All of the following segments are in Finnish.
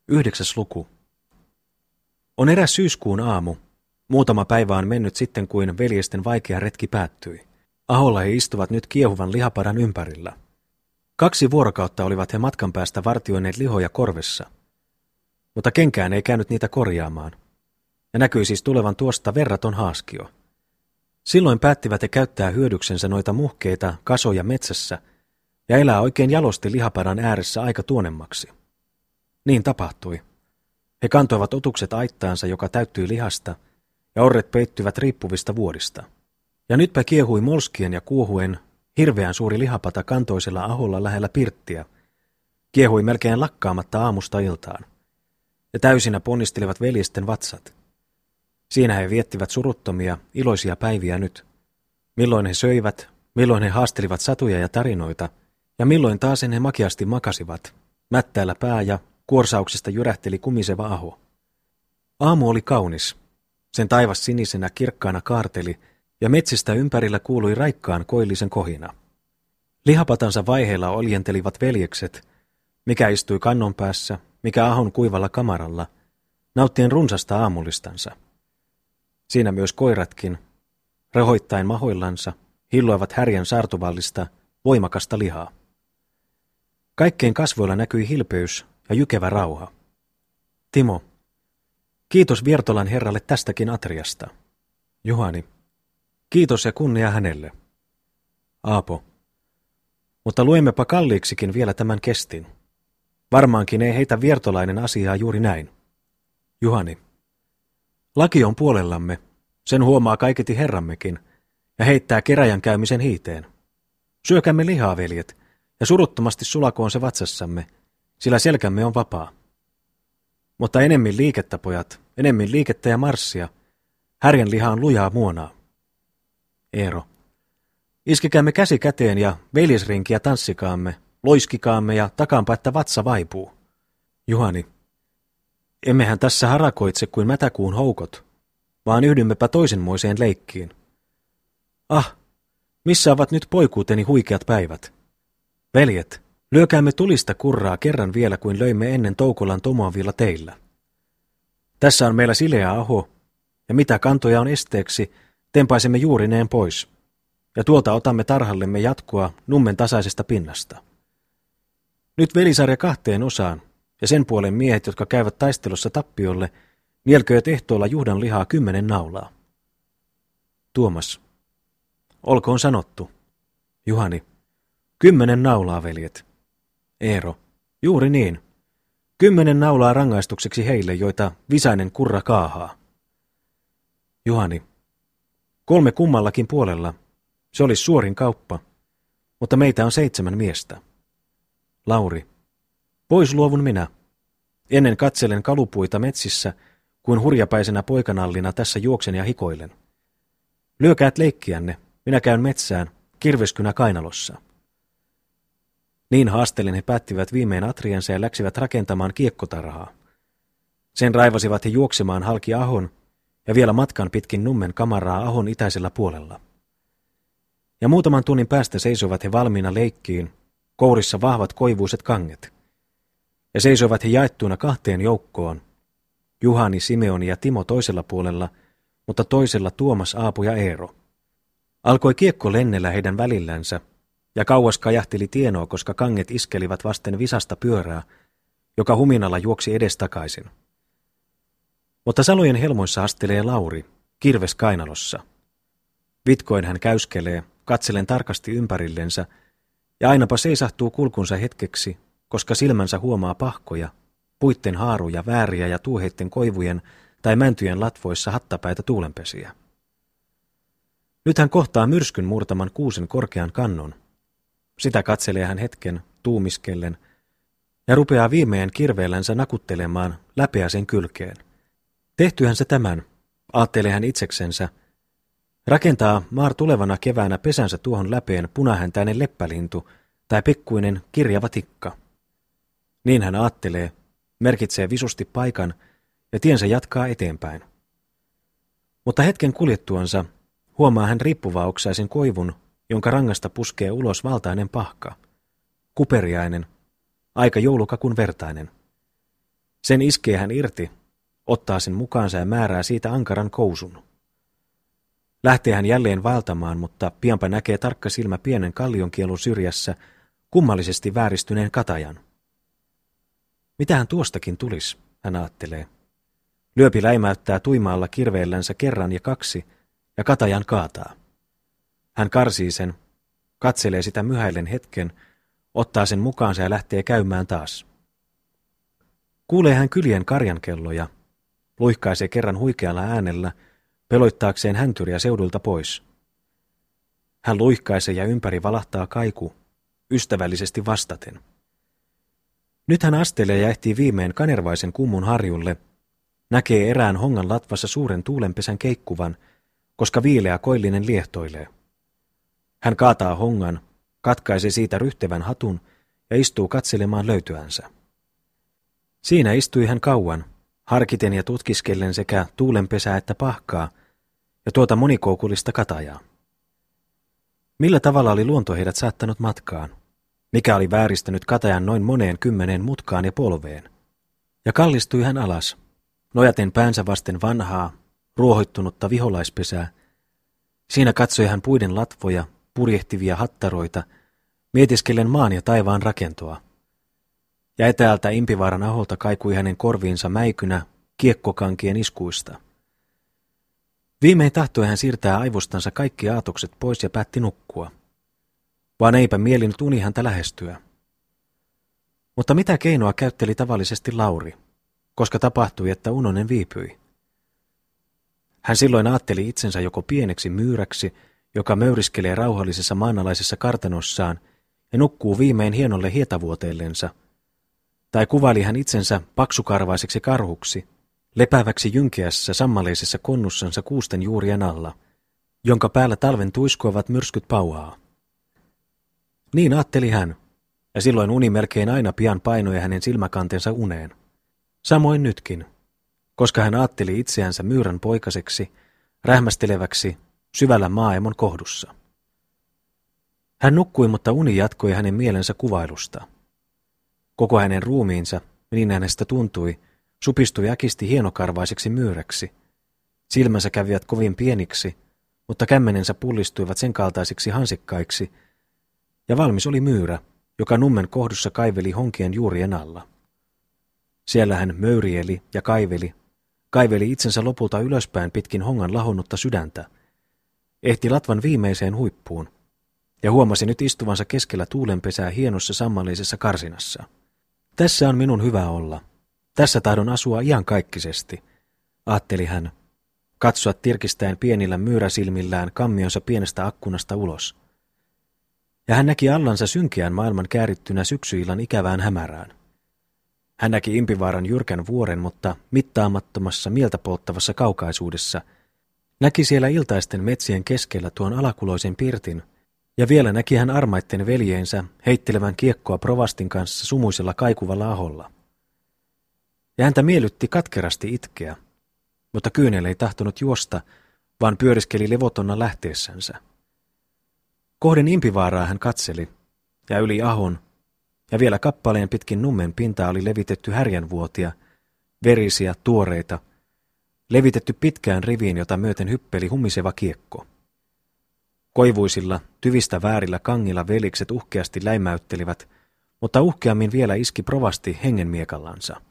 9. luku. On eräs syyskuun aamu. Muutama päivä on mennyt sitten, kuin veljesten vaikea retki päättyi. Aholla he istuvat nyt kiehuvan lihapadan ympärillä. 2 vuorokautta olivat he matkan päästä vartioineet lihoja korvessa. Mutta kenkään ei käynyt niitä korjaamaan. Ja näkyi siis tulevan tuosta verraton haaskio. Silloin päättivät he käyttää hyödyksensä noita muhkeita kasoja metsässä ja elää oikein jalosti lihapadan ääressä aika tuonemmaksi. Niin tapahtui. He kantoivat otukset aittaansa, joka täyttyi lihasta, ja orret peittyivät riippuvista vuodista. Ja nytpä kiehui molskien ja kuohuen hirveän suuri lihapata kantoisella aholla lähellä pirttiä. Kiehui melkein lakkaamatta aamusta iltaan. Ja täysinä ponnistelivat veljesten vatsat. Siinä he viettivät suruttomia, iloisia päiviä nyt. Milloin he söivät, milloin he haastelivat satuja ja tarinoita, ja milloin taasen he makeasti makasivat. Mättäällä pää ja kuorsauksesta jyrähteli kumiseva aho. Aamu oli kaunis. Sen taivas sinisenä kirkkaana kaarteli, ja metsistä ympärillä kuului raikkaan koillisen kohina. Lihapatansa vaiheilla oljentelivat veljekset, mikä istui kannon päässä, mikä ahon kuivalla kamaralla, nauttien runsasta aamullistansa. Siinä myös koiratkin, rehoittain mahoillansa, hilloivat härjän saartuvallista, voimakasta lihaa. Kaikkeen kasvoilla näkyi hilpeys ja jykevä rauha. Timo. Kiitos Viertolan herralle tästäkin atriasta. Juhani. Kiitos ja kunnia hänelle. Aapo. Mutta luemmepa kalliiksikin vielä tämän kestin. Varmaankin ei heitä viertolainen asiaa juuri näin. Juhani. Laki on puolellamme, sen huomaa kaiketi herrammekin, ja heittää keräjän käymisen hiiteen. Syökämme lihaa, veljet, ja suruttomasti sulakoon se vatsassamme, sillä selkämme on vapaa. Mutta enemmän liikettä, pojat, enemmän liikettä ja marssia. Härjän liha on lujaa muonaa. Eero. Iskekäämme käsi käteen ja veljesrinkiä tanssikaamme, loiskikaamme ja takaanpa, että vatsa vaipuu. Juhani. Emmehän tässä harakoitse kuin mätäkuun houkot, vaan yhdymmepä toisenmoiseen leikkiin. Ah, missä ovat nyt poikuuteni huikeat päivät? Veljet, lyökäämme tulista kurraa kerran vielä kuin löimme ennen Toukolan Tomoavilla teillä. Tässä on meillä sileä aho, ja mitä kantoja on esteeksi, tempaisemme juurineen pois, ja tuolta otamme tarhallemme jatkoa nummen tasaisesta pinnasta. Nyt velisarja 2 osaan, ja sen puolen miehet, jotka käyvät taistelussa tappiolle, nielkööt ehtoolla juhdan lihaa 10 naulaa. Tuomas. Olkoon sanottu. Juhani. 10 naulaa, veljet. Eero. Juuri niin. 10 naulaa rangaistukseksi heille, joita visainen kurra kaahaa. Juhani. 3 kummallakin puolella. Se olisi suorin kauppa, mutta meitä on 7 miestä. Lauri. Pois luovun minä. Ennen katselen kalupuita metsissä, kuin hurjapäisenä poikanallina tässä juoksen ja hikoilen. Lyökäät leikkiänne, minä käyn metsään, kirveskynä kainalossa. Niin haastellen he päättivät viimein atriansa ja läksivät rakentamaan kiekkotarhaa. Sen raivasivat he juoksemaan halki ahon ja vielä matkan pitkin nummen kamaraa ahon itäisellä puolella. Ja muutaman tunnin päästä seisoivat he valmiina leikkiin, kourissa vahvat koivuiset kanget. Ja seisoivat he jaettuina 2 joukkoon, Juhani, Simeoni ja Timo toisella puolella, mutta toisella Tuomas, Aapo ja Eero. Alkoi kiekko lennellä heidän välillänsä, ja kauas kajahteli tienoa, koska kanget iskelivät vasten visasta pyörää, joka huminalla juoksi edestakaisin. Mutta salojen helmoissa astelee Lauri, kirves kainalossa. Vitkoin hän käyskelee, katsellen tarkasti ympärillensä, ja ainapa seisahtuu kulkunsa hetkeksi, koska silmänsä huomaa pahkoja, puitten haaruja, vääriä ja tuuheitten koivujen tai mäntyjen latvoissa hattapäitä tuulenpesiä. Nyt hän kohtaa myrskyn murtaman kuusen korkean kannon. Sitä katselee hän hetken, tuumiskellen, ja rupeaa viimein kirveellänsä nakuttelemaan läpeäsen kylkeen. Tehtyhän se tämän, aattelee hän itseksensä, rakentaa maar tulevana keväänä pesänsä tuohon läpeen punahäntäinen leppälintu tai pikkuinen kirjava tikka. Niin hän aattelee, merkitsee visusti paikan ja tiensä jatkaa eteenpäin. Mutta hetken kuljettuansa huomaa hän riippuvaoksaisen koivun, jonka rangasta puskee ulos valtainen pahka, kuperiainen, aika joulukakun vertainen. Sen iskee hän irti, ottaa sen mukaansa ja määrää siitä ankaran kousun. Lähtee hän jälleen vaeltamaan, mutta pianpa näkee tarkka silmä pienen kallionkielun syrjässä kummallisesti vääristyneen katajan. Mitähän tuostakin tulisi, hän ajattelee. Lyöpi läimäyttää tuimaalla kirveellänsä kerran ja kaksi, ja katajan kaataa. Hän karsii sen, katselee sitä myhäillen hetken, ottaa sen mukaansa ja lähtee käymään taas. Kuulee hän kylien karjankelloja, luihkaisee kerran huikealla äänellä, peloittaakseen häntyriä seudulta pois. Hän luihkaisee ja ympäri valahtaa kaiku, ystävällisesti vastaten. Nyt hän astelee ja ehtii viimein kanervaisen kummun harjulle, näkee erään hongan latvassa suuren tuulenpesän keikkuvan, koska viileä koillinen liehtoilee. Hän kaataa hongan, katkaisee siitä ryhtevän hatun ja istuu katselemaan löytyänsä. Siinä istui hän kauan, harkiten ja tutkiskellen sekä tuulenpesää että pahkaa ja tuota monikoukullista katajaa. Millä tavalla oli luonto heidät saattanut matkaan? Mikä oli vääristänyt katajan noin moneen 10 mutkaan ja polveen? Ja kallistui hän alas, nojaten päänsä vasten vanhaa, ruohoittunutta viholaispesää. Siinä katsoi hän puiden latvoja, purjehtivia hattaroita, mietiskellen maan ja taivaan rakentoa. Ja etäältä Impivaaran aholta kaikui hänen korviinsa mäikynä kiekkokankien iskuista. Viimein tahtoi hän siirtää aivostansa kaikki aatokset pois ja päätti nukkua. Vaan eipä mielinyt uni häntä lähestyä. Mutta mitä keinoa käytteli tavallisesti Lauri, koska tapahtui, että unonen viipyi? Hän silloin ajatteli itsensä joko pieneksi myyräksi, joka möyriskelee rauhallisessa maanalaisessa kartanossaan ja nukkuu viimein hienolle hietavuoteellensa, tai kuvaili hän itsensä paksukarvaiseksi karhuksi, lepääväksi jynkeässä sammaleisessa konnussansa kuusten juurien alla, jonka päällä talven tuiskoavat myrskyt pauhaa. Niin ajatteli hän, ja silloin uni melkein aina pian painoi hänen silmäkantensa uneen. Samoin nytkin, koska hän ajatteli itseänsä myyrän poikaseksi, rähmästeleväksi, syvällä maaemon kohdussa. Hän nukkui, mutta uni jatkoi hänen mielensä kuvailusta. Koko hänen ruumiinsa, niin hänestä tuntui, supistui äkisti hienokarvaiseksi myyräksi. Silmänsä kävivät kovin pieniksi, mutta kämmenensä pullistuivat sen kaltaisiksi hansikkaiksi, ja valmis oli myyrä, joka nummen kohdussa kaiveli honkien juurien alla. Siellä hän möyrieli ja kaiveli itsensä lopulta ylöspäin pitkin hongan lahonnutta sydäntä, ehti latvan viimeiseen huippuun, ja huomasi nyt istuvansa keskellä tuulenpesää hienossa sammallisessa karsinassa. Tässä on minun hyvä olla. Tässä tahdon asua iankaikkisesti, ajatteli hän, katsoa tirkistäen pienillä myyräsilmillään kammionsa pienestä akkunasta ulos. Ja hän näki allansa synkeän maailman käärittynä syksyillan ikävään hämärään. Hän näki Impivaaran jyrkän vuoren, mutta mittaamattomassa mieltä polttavassa kaukaisuudessa, näki siellä iltaisten metsien keskellä tuon alakuloisen pirtin, ja vielä näki hän armaitten veljeensä heittelevän kiekkoa provastin kanssa sumuisella kaikuvalla aholla. Ja häntä miellytti katkerasti itkeä, mutta kyynel ei tahtonut juosta, vaan pyöriskeli levotonna lähteessänsä. Kohden Impivaaraa hän katseli, ja yli ahon, ja vielä kappaleen pitkin nummen pintaa oli levitetty härjänvuotia, verisiä, tuoreita, levitetty pitkään riviin, jota myöten hyppeli humiseva kiekko. Koivuisilla, tyvistä väärillä kangilla velikset uhkeasti läimäyttelivät, mutta uhkeammin vielä iski provasti hengenmiekallansa.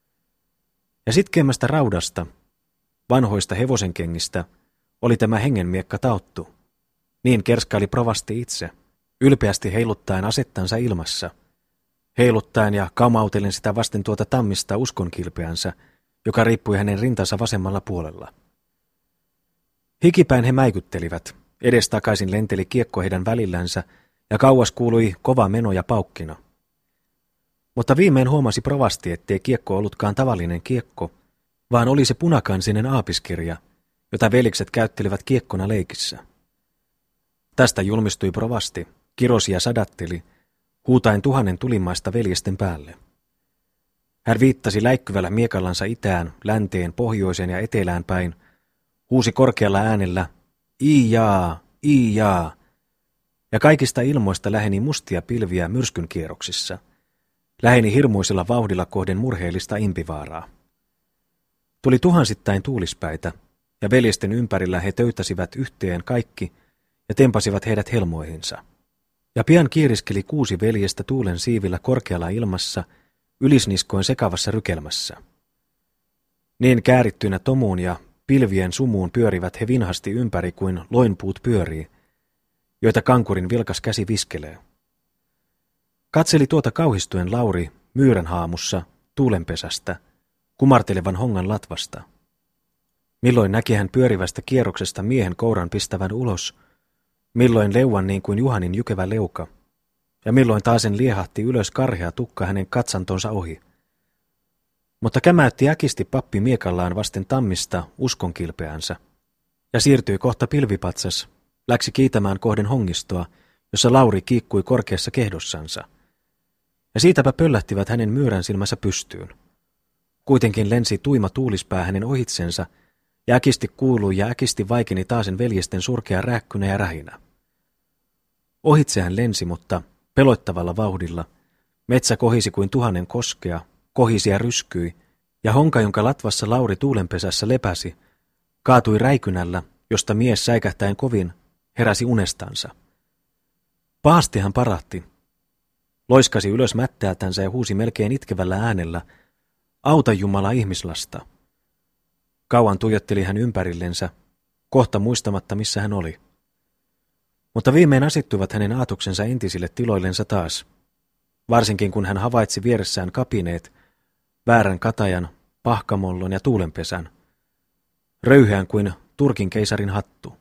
Ja sitkeämmästä raudasta, vanhoista hevosenkengistä, oli tämä hengenmiekka taottu. Niin kerskaili provasti itse, ylpeästi heiluttaen asettansa ilmassa, heiluttaen ja kaumautellen sitä vasten tuota tammista uskonkilpeänsä, joka riippui hänen rintansa vasemmalla puolella. Hikipäin he mäikyttelivät, edestakaisin lenteli kiekko heidän välillänsä, ja kauas kuului kova meno ja paukkina. Mutta viimein huomasi provasti, ettei kiekko ollutkaan tavallinen kiekko, vaan oli se punakansinen aapiskirja, jota velikset käyttelivät kiekkona leikissä. Tästä julmistui provasti, kirosi ja sadatteli, huutaen 1000 tulimaista veljesten päälle. Hän viittasi läikkyvällä miekallansa itään, länteen, pohjoiseen ja etelään päin, huusi korkealla äänellä, Iijaa, Iijaa, ja kaikista ilmoista läheni mustia pilviä myrskyn kierroksissa. Läheni hirmuisella vauhdilla kohden murheellista Impivaaraa. Tuli tuhansittain tuulispäitä, ja veljesten ympärillä he töytäsivät yhteen kaikki ja tempasivat heidät helmoihinsa. Ja pian kiiriskeli 6 veljestä tuulen siivillä korkealla ilmassa, ylisniskoin sekavassa rykelmässä. Niin käärittyinä tomuun ja pilvien sumuun pyörivät he vinhasti ympäri kuin loinpuut pyörii, joita kankurin vilkas käsi viskelee. Katseli tuota kauhistuen Lauri myyrän haamussa tuulenpesästä, kumartelevan hongan latvasta. Milloin näki hän pyörivästä kierroksesta miehen kouran pistävän ulos, milloin leuan niin kuin Juhanin jykevä leuka, ja milloin taasen liehahti ylös karhea tukka hänen katsantonsa ohi. Mutta kämäytti äkisti pappi miekallaan vasten tammista uskonkilpeänsä, ja siirtyi kohta pilvipatsas, läksi kiitämään kohden hongistoa, jossa Lauri kiikkui korkeassa kehdossansa. Ja siitäpä pöllähtivät hänen myyrän silmässä pystyyn. Kuitenkin lensi tuima tuulispää hänen ohitsensa, ja äkisti kuului ja äkisti vaikeni taasen veljesten surkea rääkkynä ja rähinä. Ohitse hän lensi, mutta peloittavalla vauhdilla. Metsä kohisi kuin 1000 koskea, kohisi ja ryskyi, ja honka, jonka latvassa Lauri tuulenpesässä lepäsi, kaatui räikynällä, josta mies säikähtäen kovin heräsi unestansa. Pahasti hän parahti. Loiskasi ylös mättäältänsä ja huusi melkein itkevällä äänellä, auta Jumala ihmislasta. Kauan tuijotteli hän ympärillensä, kohta muistamatta missä hän oli. Mutta viimein asettuivat hänen aatuksensa entisille tiloillensa taas, varsinkin kun hän havaitsi vieressään kapineet, väärän katajan, pahkamollon ja tuulenpesän, röyheän kuin Turkin keisarin hattu.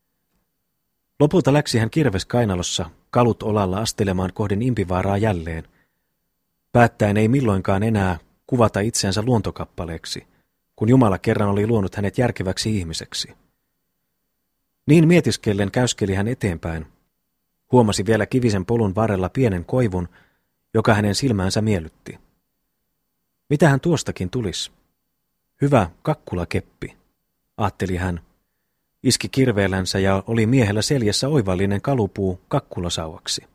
Lopulta läksi hän kirves kainalossa, kalut olalla astelemaan kohden Impivaaraa jälleen, päättäen ei milloinkaan enää kuvata itseänsä luontokappaleeksi, kun Jumala kerran oli luonut hänet järkeväksi ihmiseksi. Niin mietiskellen käyskeli hän eteenpäin. Huomasi vielä kivisen polun varrella pienen koivun, joka hänen silmäänsä miellytti. Mitä hän tuostakin tulisi? Hyvä kakkulakeppi, ajatteli hän. Iski kirveellänsä ja oli miehellä seljässä oivallinen kalupuu kakkulasauaksi.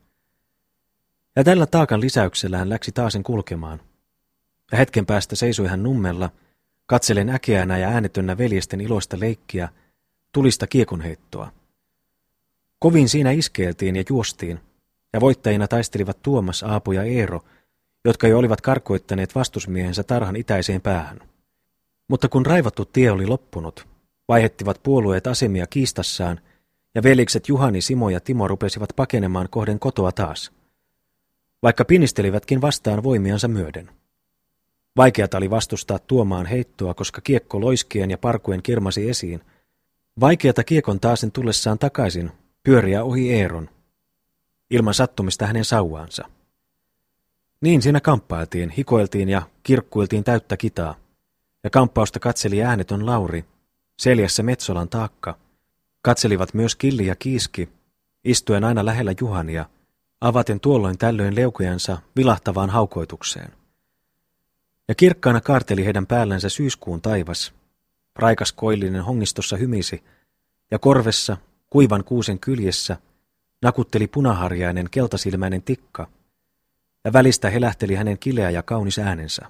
Ja tällä taakan lisäyksellä hän läksi taasen kulkemaan. Ja hetken päästä seisoi hän nummella, katselen äkeänä ja äänetönnä veljesten iloista leikkiä, tulista kiekonheittoa. Kovin siinä iskeeltiin ja juostiin, ja voittajina taistelivat Tuomas, Aapo ja Eero, jotka jo olivat karkoittaneet vastusmiehensä tarhan itäiseen päähän. Mutta kun raivattu tie oli loppunut, vaihettivat puolueet asemia kiistassaan, ja velikset Juhani, Simo ja Timo rupesivat pakenemaan kohden kotoa taas, vaikka pinistelivätkin vastaan voimiansa myöden. Vaikeata oli vastustaa Tuomaan heittoa, koska kiekko loiskien ja parkuen kirmasi esiin. Vaikeata kiekon taasen tullessaan takaisin pyöriä ohi Eeron, ilman sattumista hänen sauvaansa. Niin siinä kamppailtiin, hikoiltiin ja kirkkuiltiin täyttä kitaa, ja kamppausta katseli äänetön Lauri, seljässä Metsolan taakka. Katselivat myös Killi ja Kiiski, istuen aina lähellä Juhania, avaten tuolloin tällöin leukojansa vilahtavaan haukoitukseen. Ja kirkkaana kaarteli heidän päällänsä syyskuun taivas. Raikas koillinen hongistossa hymisi, ja korvessa, kuivan kuusen kyljessä, nakutteli punaharjainen keltasilmäinen tikka, ja välistä helähteli hänen kileä ja kaunis äänensä.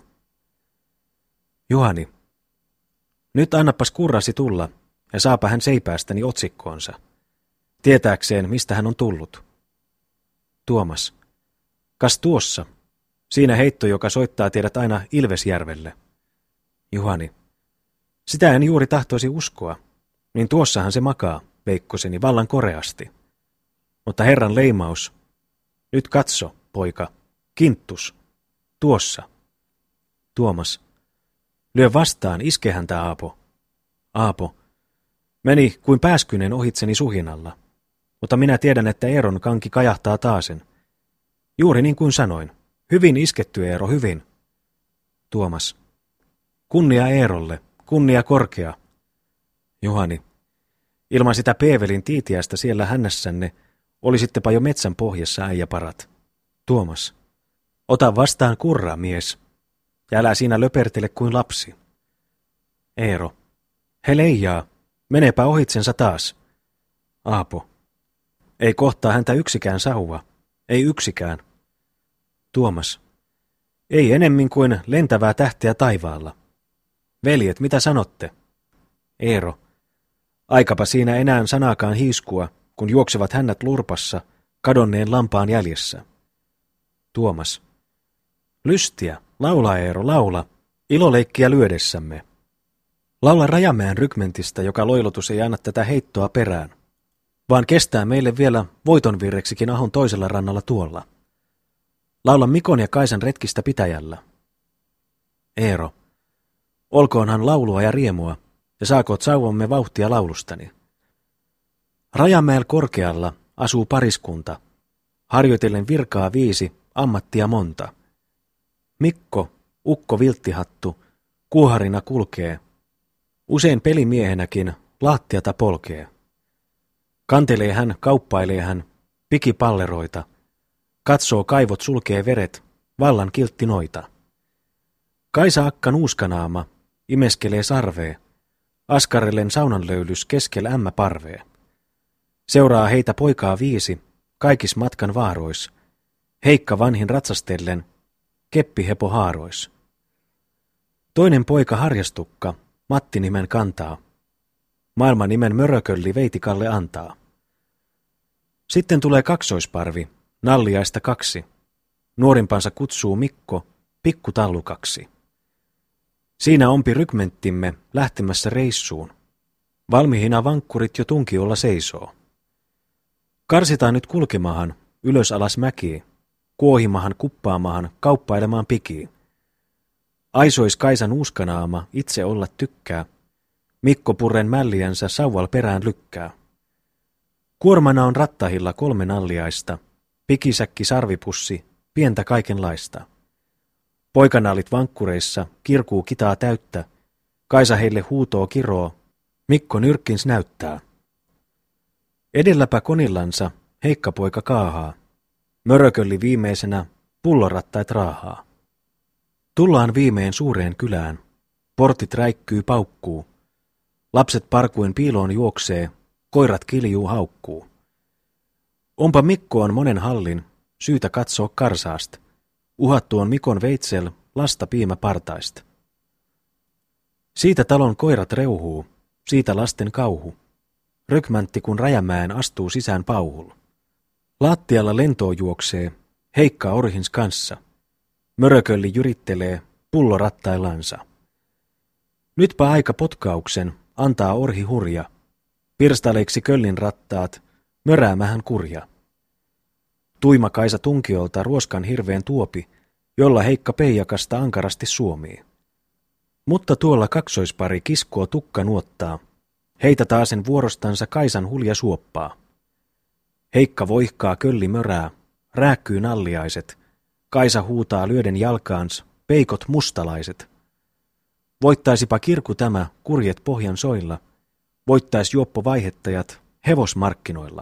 Juhani, nyt annapas kurrasi tulla, ja saapa hän seipäästäni otsikkoonsa, tietääkseen, mistä hän on tullut. Tuomas, kas tuossa, siinä heitto, joka soittaa teidät aina Ilvesjärvelle. Juhani, sitä en juuri tahtoisi uskoa, niin tuossahan se makaa, veikkoseni, vallan koreasti. Mutta Herran leimaus, nyt katso, poika, kinttus, tuossa. Tuomas, lyö vastaan, iske häntä Aapo. Aapo, meni kuin pääskynen ohitseni suhinalla, mutta minä tiedän, että Eeron kanki kajahtaa taasen. Juuri niin kuin sanoin, hyvin isketty Eero, hyvin. Tuomas, kunnia Eerolle, kunnia korkea. Juhani, ilman sitä Peevelin tiitiästä siellä hännässänne, olisittepa jo metsän pohjassa äijäparat. Tuomas, ota vastaan kurraa, mies, ja älä siinä löpertele kuin lapsi. Eero, he leijaa, menepä ohitsensa taas. Aapo, ei kohtaa häntä yksikään sauva, ei yksikään. Tuomas, Ei enemmän kuin lentävää tähteä taivaalla. Veljet, mitä sanotte? Eero. Aikapa siinä enää sanaakaan hiiskua, kun juoksevat hännät lurpassa, kadonneen lampaan jäljessä. Tuomas. Lystiä, laula Eero, laula, iloleikkiä lyödessämme. Laula Rajamäen rykmentistä, joka loilotus ei anna tätä heittoa perään, vaan kestää meille vielä voitonvirreksikin ahon toisella rannalla tuolla. Laula Mikon ja Kaisan retkistä pitäjällä. Eero. Olkoonhan laulua ja riemua, ja saakoot sauvamme vauhtia laulustani. Rajamäellä korkealla asuu pariskunta, harjoitellen virkaa 5, ammattia monta. Mikko, ukko vilttihattu, kuuharina kulkee, usein pelimiehenäkin laattiata polkee. Kantelee hän, kauppailee hän, pikipalleroita, katsoo kaivot sulkee veret, vallan kiltti noita. Kaisa akka nuuskanaama, imeskelee sarvee, askarellen saunanlöylys keskel ämmä parvee. Seuraa heitä poikaa 5, kaikis matkan vaarois, Heikka vanhin ratsastellen, keppi hepo haarois. Toinen poika Harjastukka, Matti nimen kantaa, maailman nimen Mörökölli Veitikalle antaa. Sitten tulee kaksoisparvi, Nalliaista 2, nuorimpansa kutsuu Mikko, pikku tallukaksi. Siinä ompi rykmenttimme lähtemässä reissuun. Valmiina vankkurit jo tunkiolla seisoo. Karsitaan nyt kulkemahan, ylös alas mäkiin, kuohimahan kuppaamahan, kauppailemaan pikiin. Aisois Kaisan uuskanaama itse olla tykkää, Mikko purren mälliänsä sauval perään lykkää. Kuormana on rattahilla 3 nalliaista, pikisäkki sarvipussi, pientä kaikenlaista. Poikanallit vankkureissa kirkuu kitaa täyttä, Kaisa heille huutoo kiroo, Mikko nyrkkins näyttää. Edelläpä konillansa Heikka poika kaahaa, Mörökölli viimeisenä pullorattait raahaa. Tullaan viimein suureen kylään, portit räikkyy paukkuu, lapset parkuin piiloon juoksee, koirat kiljuu haukkuu. Onpa Mikko on monen hallin, syytä katsoa karsaast, uhattu on Mikon veitsel lasta piimä partaist. Siitä talon koirat reuhuu, siitä lasten kauhu, rykmäntti kun Rajamäen astuu sisään pauhul. Lattialla lentoo juoksee, Heikka orhins kanssa, Mörökölli jyrittelee pullo rattaillansa. Nytpä aika potkauksen, antaa orhi hurja, pirstaleiksi köllin rattaat, möräämähän kurja. Tuima Kaisa tunkiolta ruoskan hirveen tuopi, jolla Heikka peijakasta ankarasti suomii. Mutta tuolla kaksoispari kiskoo tukka nuottaa, heitä taasen vuorostansa Kaisan hulja suoppaa. Heikka voihkaa kölli mörää, rääkkyy nalliaiset, Kaisa huutaa lyöden jalkaans, peikot mustalaiset. Voittaisipa kirku tämä, kurjet pohjan soilla, voittais juoppo vaihettajat hevosmarkkinoilla.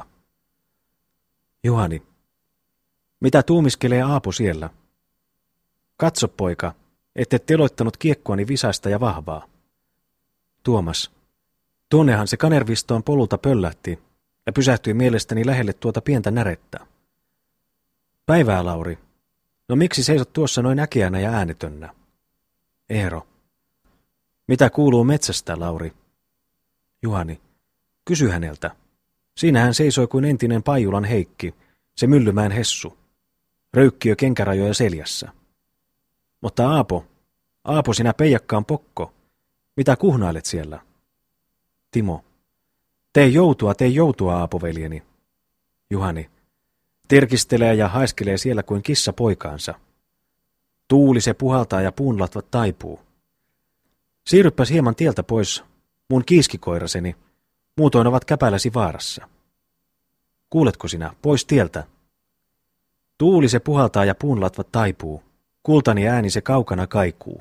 Juhani. Mitä tuumiskelee Aapo siellä? Katso poika, ette teloittanut kiekkoani visaista ja vahvaa. Tuomas. Tuonnehan se kanervistoon polulta pöllähti ja pysähtyi mielestäni lähelle tuota pientä närettä. Päivää, Lauri. No miksi seisot tuossa noin äkeänä ja äänetönnä? Eero. Mitä kuuluu metsästä, Lauri? Juhani. Kysy häneltä. Siinä hän seisoi kuin entinen Paijulan Heikki, se Myllymäen Hessu. Röykkiö kenkärajoja seljässä. Mutta Aapo sinä peijakkaan pokko. Mitä kuhnailet siellä? Timo. Tee joutua, Aapo veljeni. Juhani. Tirkistelee ja haiskelee siellä kuin kissa poikaansa. Tuuli se puhaltaa ja puunlatvat taipuu. Siirryppäs hieman tieltä pois, mun kiiskikoiraseni, muutoin ovat käpäläsi vaarassa. Kuuletko sinä, pois tieltä? Tuuli se puhaltaa ja puunlatvat taipuu, kultani ääni se kaukana kaikuu.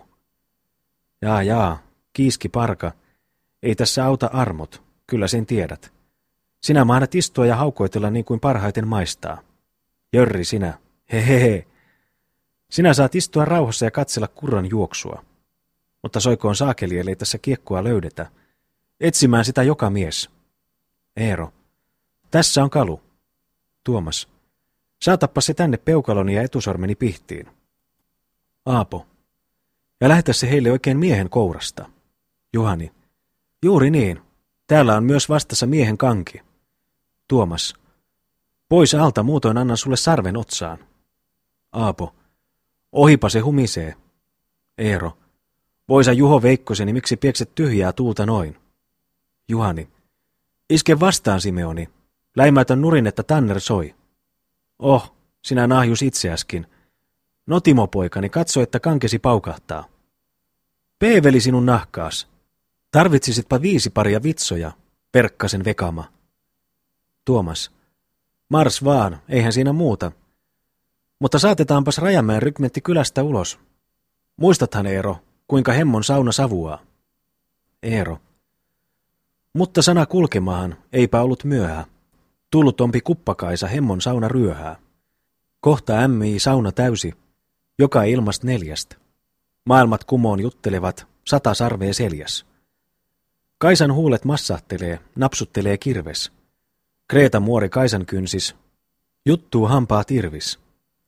Jaa, kiiski parka, ei tässä auta armot, kyllä sen tiedät. Sinä mahdat istua ja haukoitella niin kuin parhaiten maistaa. Jörri sinä, hehehe. Sinä saat istua rauhassa ja katsella kurran juoksua. Mutta soikoon saakeli, ellei tässä kiekkoa löydetä. Etsimään sitä joka mies. Eero. Tässä on kalu. Tuomas. Saatappa se tänne peukaloni ja etusormeni pihtiin. Aapo. Ja lähetä se heille oikein miehen kourasta. Juhani. Juuri niin. Täällä on myös vastassa miehen kanki. Tuomas. Pois alta, muutoin annan sulle sarven otsaan. Aapo. Ohipa se humisee. Eero. Voisa Juho Veikkoseni, miksi piekset tyhjää tuulta noin? Juhani. Iske vastaan, Simeoni. Läimäytän nurin, että tanner soi. Oh, sinä nahjus itseäskin. No Timo poikani, katso, että kankesi paukahtaa. Peeveli sinun nahkaas. Tarvitsisitpa 5 paria vitsoja, Perkkasen vekama. Tuomas. Mars vaan, eihän siinä muuta. Mutta saatetaanpas Rajamäen rykmentti kylästä ulos. Muistathan, Eero, kuinka Hemmon sauna savuaa. Eero. Mutta sana kulkemahan, eipä ollut myöhää. Tullut ompi kuppakaisa Hemmon sauna ryöhää. Kohta ämmii sauna täysi, joka ilmast 4. Maailmat kumoon juttelevat, 100 sarvee seljäs. Kaisan huulet massahtelee, napsuttelee kirves. Kreeta muori Kaisan kynsis, juttuu hampaat irvis.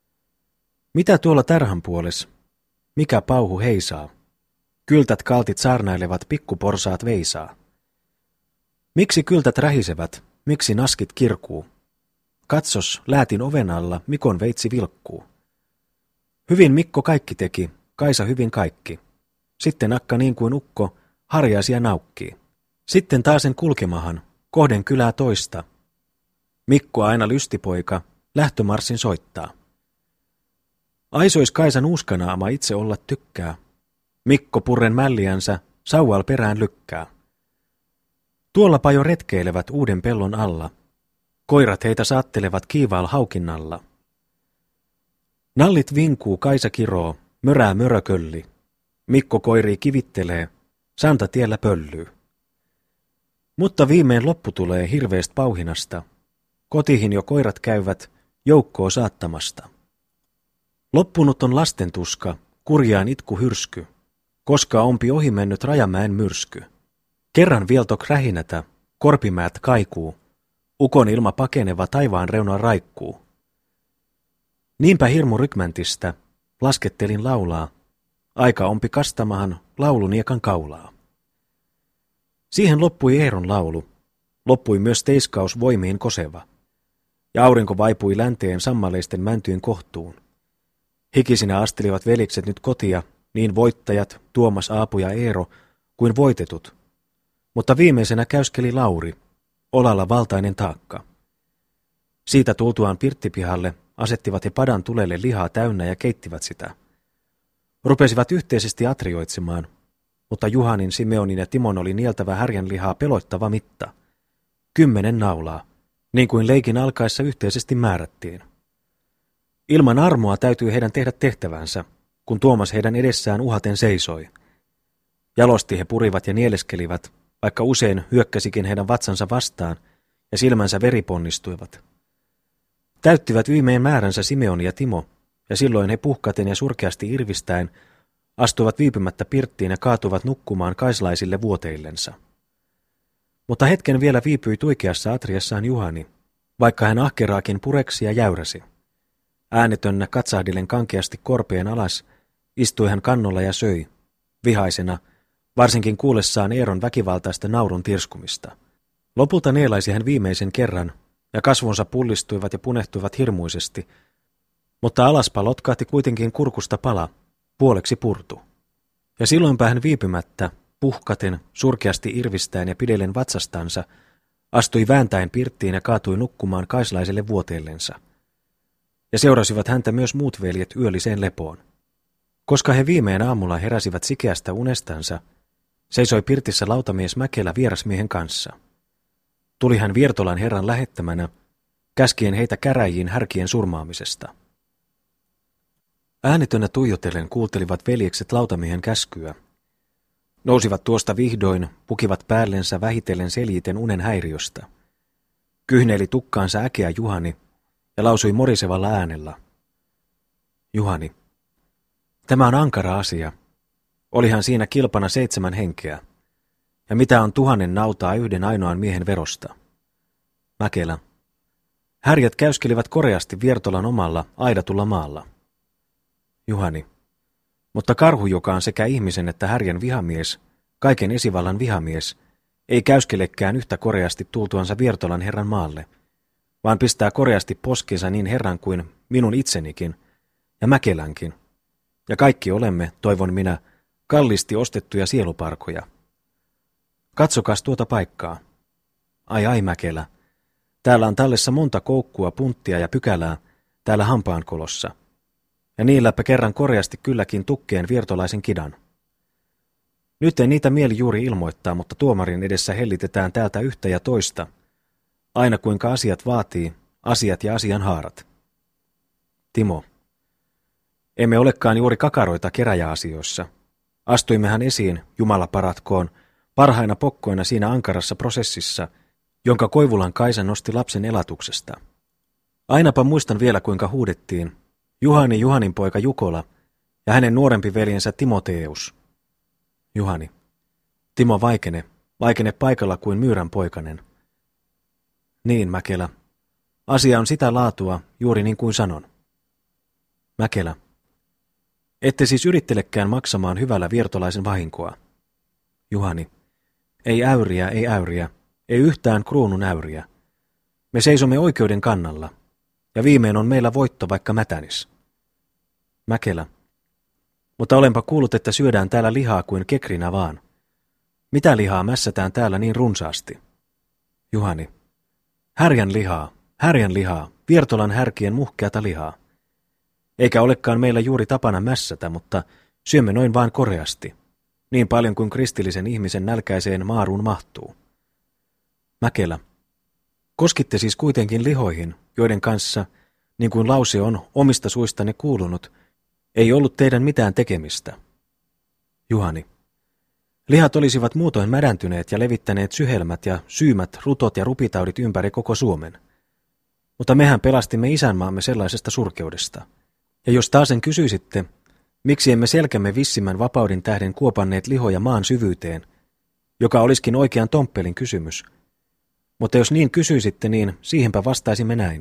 Mitä tuolla tarhan puoles? Mikä pauhu heisaa? Kyltät kaltit saarnailevat, pikkuporsaat veisaa. Miksi kyltät rähisevät, miksi naskit kirkuu? Katsos, läätin oven alla, Mikon veitsi vilkkuu. Hyvin Mikko kaikki teki, Kaisa hyvin kaikki. Sitten akka niin kuin ukko, harjaisia naukkii. Sitten taasen kulkemahan, kohden kylää toista. Mikko aina lystipoika, lähtömarssin soittaa. Aisois Kaisan uskanaama itse olla tykkää. Mikko purren mälliänsä, sauval perään lykkää. Tuollapa jo retkeilevät uuden pellon alla. Koirat heitä saattelevat kiivaal haukinnalla. Nallit vinkuu, Kaisa kiroo, mörää mörökölli. Mikko koirii kivittelee, Santa tiellä pöllyy. Mutta viimein loppu tulee hirveästä pauhinasta. Kotihin jo koirat käyvät, joukkoa saattamasta. Loppunut on lasten tuska, kurjaan itku hyrsky, koska ompi ohi mennyt Rajamäen myrsky. Kerran vieltok rähinätä, korpimäät kaikuu, ukon ilma pakeneva taivaan reuna raikkuu. Niinpä hirmu rykmäntistä, laskettelin laulaa, aika ompi kastamahan lauluniekan kaulaa. Siihen loppui Eeron laulu, loppui myös teiskaus voimiin koseva, ja aurinko vaipui länteen sammaleisten mäntyyn kohtuun. Hikisinä astelivat velikset nyt kotia, niin voittajat, Tuomas, Aapu ja Eero, kuin voitetut. Mutta viimeisenä käyskeli Lauri, olalla valtainen taakka. Siitä tultuaan pirttipihalle asettivat he padan tulelle lihaa täynnä ja keittivät sitä. Rupesivat yhteisesti atrioitsemaan, mutta Juhanin, Simeonin ja Timon oli nieltävä härjänlihaa peloittava mitta. 10 naulaa, niin kuin leikin alkaessa yhteisesti määrättiin. Ilman armoa täytyy heidän tehdä tehtävänsä, kun Tuomas heidän edessään uhaten seisoi. Jalosti he purivat ja nieleskelivät, vaikka usein hyökkäsikin heidän vatsansa vastaan ja silmänsä veriponnistuivat. Täyttivät viimein määränsä Simeoni ja Timo, ja silloin he puhkaten ja surkeasti irvistäen astuivat viipymättä pirttiin ja kaatuivat nukkumaan kaislaisille vuoteillensa. Mutta hetken vielä viipyi tuikeassa atriassaan Juhani, vaikka hän ahkeraakin pureksi ja jäyräsi. Äänetönnä katsahdillen kankeasti korpeen alas, istui hän kannolla ja söi, vihaisena, varsinkin kuullessaan Eeron väkivaltaista naurun tirskumista. Lopulta neelaisi hän viimeisen kerran, ja kasvonsa pullistuivat ja punehtuivat hirmuisesti, mutta alaspa lotkahti kuitenkin kurkusta pala, puoleksi purtu. Ja silloinpä hän viipymättä, puhkaten, surkeasti irvistäen ja pidellen vatsastansa, astui vääntäen pirttiin ja kaatui nukkumaan kaislaiselle vuoteellensa. Ja seurasivat häntä myös muut veljet yölliseen lepoon. Koska he viimein aamulla heräsivät sikeästä unestansa, seisoi pirtissä lautamies Mäkelä vierasmiehen kanssa. Tuli hän Viertolan herran lähettämänä, käskien heitä käräjiin härkien surmaamisesta. Äänetönä tuijotellen kuultelivat veljekset lautamiehen käskyä. Nousivat tuosta vihdoin, pukivat päällensä vähitellen seljiten unen häiriöstä. Kyhneili tukkaansa äkeä Juhani ja lausui morisevalla äänellä. Juhani, tämä on ankara asia. Olihan siinä kilpana 7 henkeä. Ja mitä on 1000 nautaa yhden ainoan miehen verosta? Mäkelä. Härjät käyskelivät koreasti Viertolan omalla, aidatulla maalla. Juhani. Mutta karhu, joka on sekä ihmisen että härjän vihamies, kaiken esivallan vihamies, ei käyskelekään yhtä koreasti tultuansa Viertolan herran maalle, vaan pistää koreasti poskiinsa niin herran kuin minun itsenikin, ja Mäkelänkin. Ja kaikki olemme, toivon minä, kalliisti ostettuja sieluparkoja. Katsokas tuota paikkaa. Ai Mäkelä. Täällä on tallessa monta koukkua, punttia ja pykälää, täällä hampaankolossa. Ja niilläpä kerran koreasti kylläkin tukkeen viertolaisen kidan. Nyt ei niitä mieli juuri ilmoittaa, mutta tuomarin edessä hellitetään täältä yhtä ja toista, aina kuinka asiat vaatii, asiat ja asian haarat. Timo. Emme olekaan juuri kakaroita keräjäasioissa. Astuimmehan esiin, Jumala paratkoon, parhaina pokkoina siinä ankarassa prosessissa, jonka Koivulan Kaisa nosti lapsen elatuksesta. Ainapa muistan vielä, kuinka huudettiin Juhani Juhanin poika Jukola ja hänen nuorempi veljensä Timoteus. Juhani. Timo vaikene paikalla kuin myyrän poikanen. Niin, Mäkelä. Asia on sitä laatua, juuri niin kuin sanon. Mäkelä. Ette siis yrittelekään maksamaan hyvällä viertolaisen vahinkoa. Juhani. Ei äyriä, ei yhtään kruunun äyriä. Me seisomme oikeuden kannalla, ja viimein on meillä voitto vaikka mätänis. Mäkelä. Mutta olenpa kuullut, että syödään täällä lihaa kuin kekrinä vaan. Mitä lihaa mässätään täällä niin runsaasti? Juhani. Härjän lihaa, Viertolan härkien muhkeata lihaa. Eikä olekaan meillä juuri tapana mässätä, mutta syömme noin vaan koreasti. Niin paljon kuin kristillisen ihmisen nälkäiseen maaruun mahtuu. Mäkelä. Koskitte siis kuitenkin lihoihin, joiden kanssa, niin kuin lause on omista suistanne kuulunut, ei ollut teidän mitään tekemistä. Juhani. Lihat olisivat muutoin mädäntyneet ja levittäneet syhelmät ja syymät, rutot ja rupitaudit ympäri koko Suomen. Mutta mehän pelastimme isänmaamme sellaisesta surkeudesta. Ja jos taasen kysyisitte, miksi emme selkämme vissimmän vapauden tähden kuopanneet lihoja maan syvyyteen, joka olisikin oikean tomppelin kysymys. Mutta jos niin kysyisitte, niin siihenpä vastaisimme näin.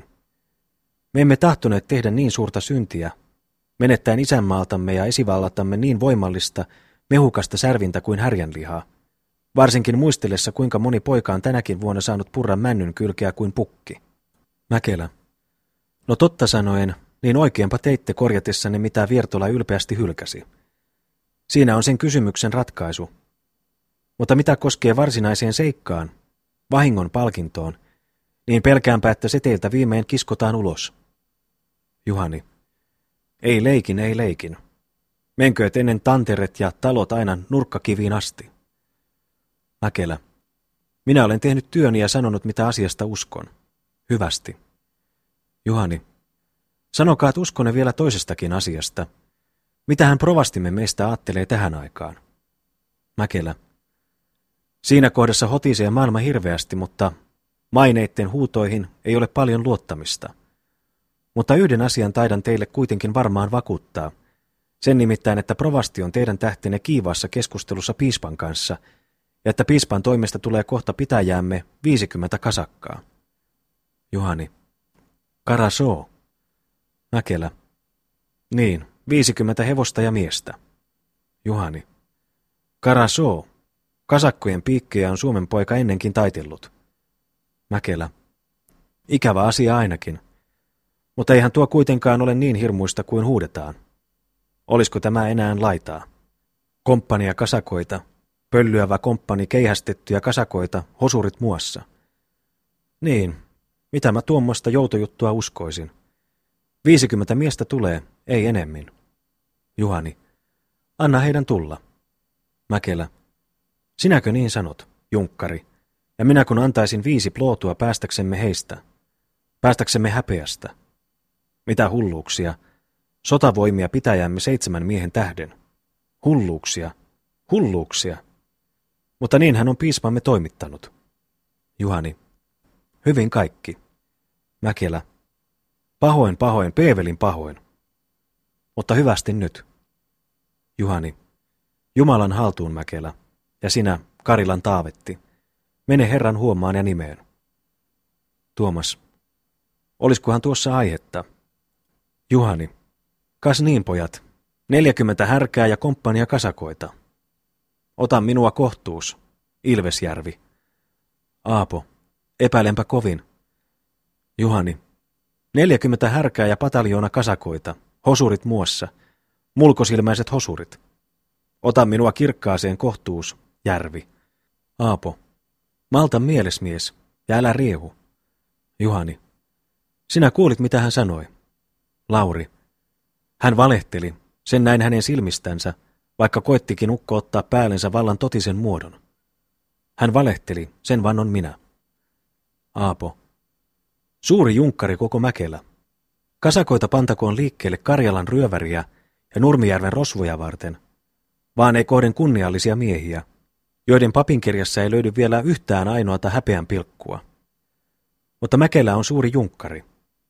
Me emme tahtoneet tehdä niin suurta syntiä, menettäen isänmaaltamme ja esivallatamme niin voimallista, mehukasta särvintä kuin härjänlihaa, varsinkin muistellessa kuinka moni poika on tänäkin vuonna saanut purra männyn kylkeä kuin pukki. Mäkelä. No totta sanoen, niin oikeinpa teitte korjatessanne mitä Viertola ylpeästi hylkäsi. Siinä on sen kysymyksen ratkaisu. Mutta mitä koskee varsinaiseen seikkaan, vahingon palkintoon, niin pelkäänpä, että se teiltä viimein kiskotaan ulos. Juhani. Ei leikin. Menkööt ennen tanteret ja talot aina nurkkakiviin asti. Mäkelä. Minä olen tehnyt työni ja sanonut, mitä asiasta uskon. Hyvästi. Juhani. Sanokaat uskonne vielä toisestakin asiasta. Mitähän provastimme meistä aattelee tähän aikaan? Mäkelä. Siinä kohdassa hotisee maailma hirveästi, mutta maineitten huutoihin ei ole paljon luottamista. Mutta yhden asian taidan teille kuitenkin varmaan vakuuttaa. Sen nimittäin, että provasti on teidän tähtenne kiivaassa keskustelussa piispan kanssa, ja että piispan toimesta tulee kohta pitäjäämme 50 kasakkaa. Juhani. Karasoo. Mäkelä. Niin, 50 hevosta ja miestä. Juhani. Karasoo. Kasakkojen piikkejä on Suomen poika ennenkin taitellut. Mäkelä. Ikävä asia ainakin. Mutta eihän tuo kuitenkaan ole niin hirmuista kuin huudetaan. Olisiko tämä enää laitaa? Komppania kasakoita, pöllyävä komppani keihästettyjä kasakoita, hosurit muassa. Niin, mitä mä tuommoista joutojuttua uskoisin. 50 miestä tulee, ei enemmän. Juhani. Anna heidän tulla. Mäkelä. Sinäkö niin sanot, junkkari, ja minä kun antaisin 5 plootua päästäksemme heistä, päästäksemme häpeästä. Mitä hulluuksia, sotavoimia pitäjämme 7 miehen tähden. Hulluuksia. Mutta niin hän on piispamme toimittanut. Juhani. Hyvin kaikki. Mäkelä. Pahoin, peevelin pahoin. Mutta hyvästi nyt. Juhani. Jumalan haltuun, Mäkelä. Ja sinä, Karilan Taavetti. Mene Herran huomaan ja nimeen. Tuomas. Oliskohan tuossa aihetta? Juhani. Kas niin, pojat. 40 härkää ja komppania kasakoita. Ota minua kohtuus, Ilvesjärvi. Aapo, epäilenpä kovin. Juhani, 40 härkää ja pataljoona kasakoita, hosurit muassa, mulkosilmäiset hosurit. Ota minua kirkkaaseen kohtuus, Järvi. Aapo, malta mielesmies, ja älä riehu. Juhani, sinä kuulit mitä hän sanoi. Lauri, hän valehteli, sen näin hänen silmistänsä, vaikka koettikin ukko ottaa päällensä vallan totisen muodon. Hän valehteli, sen vannon minä. Aapo, suuri junkkari koko Mäkelä. Kasakoita pantakoon liikkeelle Karjalan ryöväriä ja Nurmijärven rosvoja varten, vaan ei kohden kunniallisia miehiä, joiden papinkirjassa ei löydy vielä yhtään ainoata häpeän pilkkua. Mutta Mäkelä on suuri junkkari.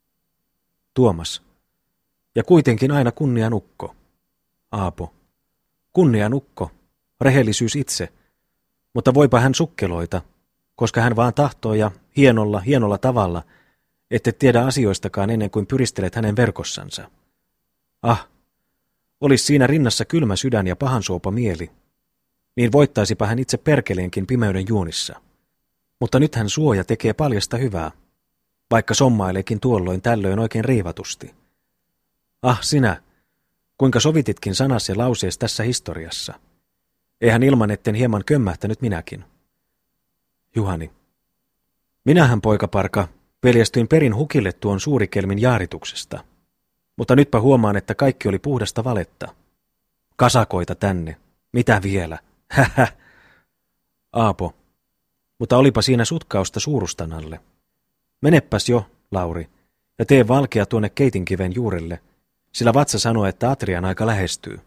Tuomas, ja kuitenkin aina kunnianukko. Aapo, kunnianukko, rehellisyys itse, mutta voipa hän sukkeloita, koska hän vaan tahtoo ja hienolla tavalla, ette tiedä asioistakaan ennen kuin pyristelet hänen verkossansa. Ah, olis siinä rinnassa kylmä sydän ja pahansuopa mieli, niin voittaisipa hän itse perkeleenkin pimeyden juonissa. Mutta nyt hän suo ja tekee paljasta hyvää, vaikka sommaileekin tuolloin tällöin oikein riivatusti. Ah sinä, kuinka sovititkin sanas ja lausees tässä historiassa. Eihän ilman etten hieman kömmähtänyt minäkin. Juhani, minähän poikaparka peljästyin perin hukille tuon suurikelmin jaarituksesta, mutta nytpä huomaan, että kaikki oli puhdasta valetta. Kasakoita tänne, mitä vielä, hähä. Aapo, mutta olipa siinä sutkausta suurustanalle. Meneppäs jo, Lauri, ja tee valkea tuonne Keitinkiven juurelle, sillä vatsa sanoo, että atrian aika lähestyy.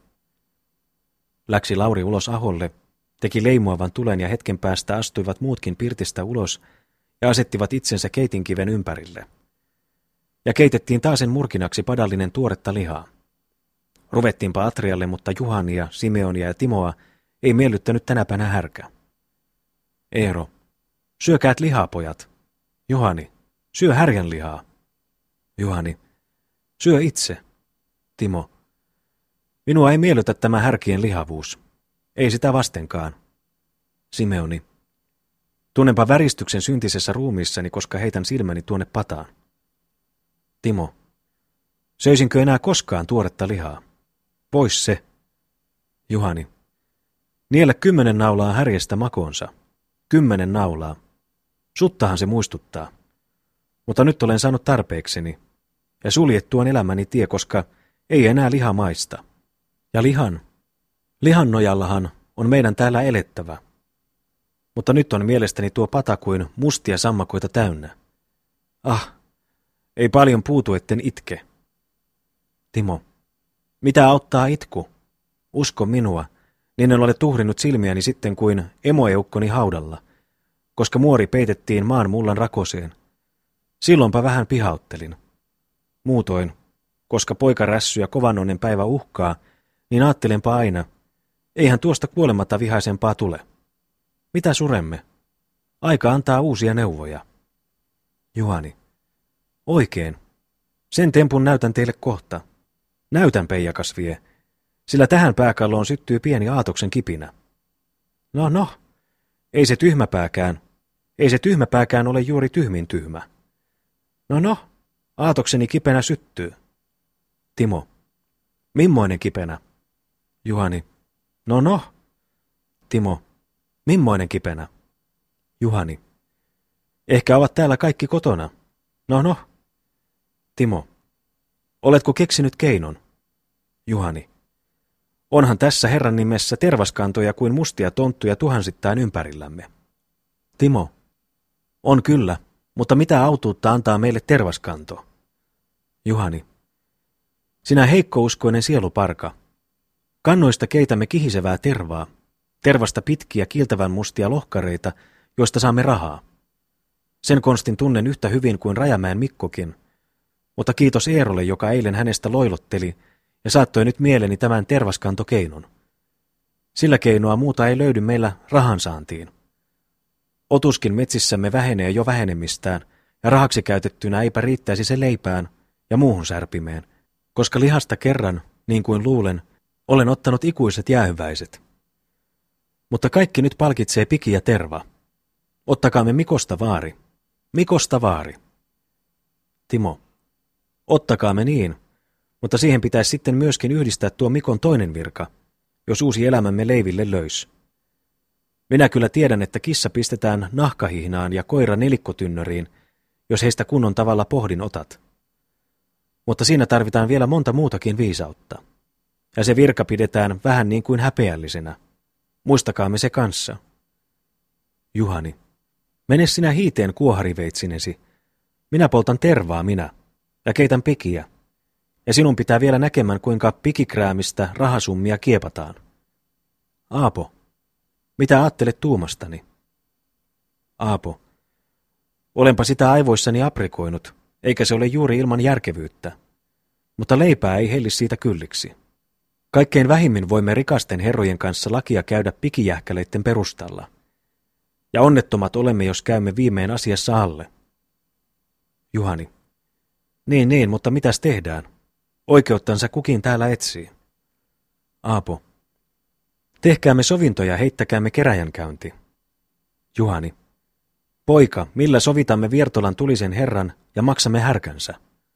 Läksi Lauri ulos aholle, teki leimuavan tulen ja hetken päästä astuivat muutkin pirtistä ulos ja asettivat itsensä Keitinkiven ympärille. Ja keitettiin taasen murkinaksi padallinen tuoretta lihaa. Ruvettiinpa atrialle, mutta Juhania, Simeonia ja Timoa ei miellyttänyt tänäpänä härkä. Eero, syökäät lihaa, pojat. Juhani, syö härjän lihaa. Juhani, syö itse. Timo, minua ei miellytä tämä härkien lihavuus. Ei sitä vastenkaan. Simeoni, tunnenpa väristyksen syntisessä ruumiissani, koska heitän silmäni tuonne pataan. Timo, söisinkö enää koskaan tuoretta lihaa? Pois se. Juhani, niellä 10 naulaa härjestä makoonsa. 10 naulaa. Suttahan se muistuttaa. Mutta nyt olen saanut tarpeekseni ja suljettuan elämäni tie, koska ei enää liha maista. Ja lihan nojallahan on meidän täällä elettävä. Mutta nyt on mielestäni tuo pata kuin mustia sammakoita täynnä. Ah, ei paljon puutu, etten itke. Timo, mitä auttaa itku? Usko minua, niin en ole tuhrinut silmiäni sitten kuin emoeukkoni haudalla, koska muori peitettiin maan mullan rakoseen. Silloinpa vähän pihauttelin. Muutoin, koska poikarässy ja kovannoinen päivä uhkaa, niin aattelenpa aina, eihän tuosta kuolematta vihaisempaa tule. Mitä suremme? Aika antaa uusia neuvoja. Juhani, oikein. Sen tempun näytän teille kohta. Näytän, peijakas vie, sillä tähän pääkalloon syttyy pieni aatoksen kipinä. No, ei se tyhmäpääkään ole juuri tyhmin tyhmä. No, aatokseni kipenä syttyy. Timo, mimmoinen kipenä? Juhani, no. Timo, mimmoinen kipenä? Juhani, ehkä ovat täällä kaikki kotona. No. Timo, oletko keksinyt keinon? Juhani, onhan tässä Herran nimessä tervaskantoja kuin mustia tonttuja tuhansittain ympärillämme. Timo, on kyllä, mutta mitä autuutta antaa meille tervaskanto? Juhani, sinä heikkouskoinen sieluparka. Kannoista keitämme kihisevää tervaa, tervasta pitkiä kiiltävän mustia lohkareita, joista saamme rahaa. Sen konstin tunnen yhtä hyvin kuin Rajamäen Mikkokin, mutta kiitos Eerolle, joka eilen hänestä loilotteli ja saattoi nyt mieleeni tämän tervaskantokeinon. Sillä keinoa muuta ei löydy meillä rahansaantiin. Otuskin metsissämme vähenee jo vähenemistään, ja rahaksi käytettynä eipä riittäisi se leipään ja muuhun särpimeen, koska lihasta kerran, niin kuin luulen, Olen ottanut ikuiset jäähyväiset. Mutta kaikki nyt palkitsee Piki ja Terva. Ottakaamme Mikosta vaari. Mikosta vaari. Timo. Ottakaamme niin, mutta siihen pitäisi sitten myöskin yhdistää tuo Mikon toinen virka, jos uusi elämämme leiville löys. Minä kyllä tiedän, että kissa pistetään nahkahihnaan ja koira nelikkotynnöriin, jos heistä kunnon tavalla pohdin otat. Mutta siinä tarvitaan vielä monta muutakin viisautta. Ja se virka pidetään vähän niin kuin häpeällisenä. Muistakaamme se kanssa. Juhani. Mene sinä hiiteen kuohariveitsinesi. Minä poltan tervaa ja keitän pikiä. Ja sinun pitää vielä näkemään, kuinka pikikräämistä rahasummia kiepataan. Aapo. Mitä ajattelet tuumastani? Aapo. Olenpa sitä aivoissani aprikoinut, eikä se ole juuri ilman järkevyyttä. Mutta leipää ei helli siitä kylliksi. Kaikkein vähimmin voimme rikasten herrojen kanssa lakia käydä pikijähkäleiden perustalla. Ja onnettomat olemme, jos käymme viimein asiassa alle. Juhani. Niin, mutta mitäs tehdään? Oikeuttansa kukin täällä etsii. Aapo. Tehkäämme sovintoja, heittäkäämme käräjänkäynti. Juhani. Poika, millä sovitamme Viertolan tulisen herran ja maksamme härkänsä?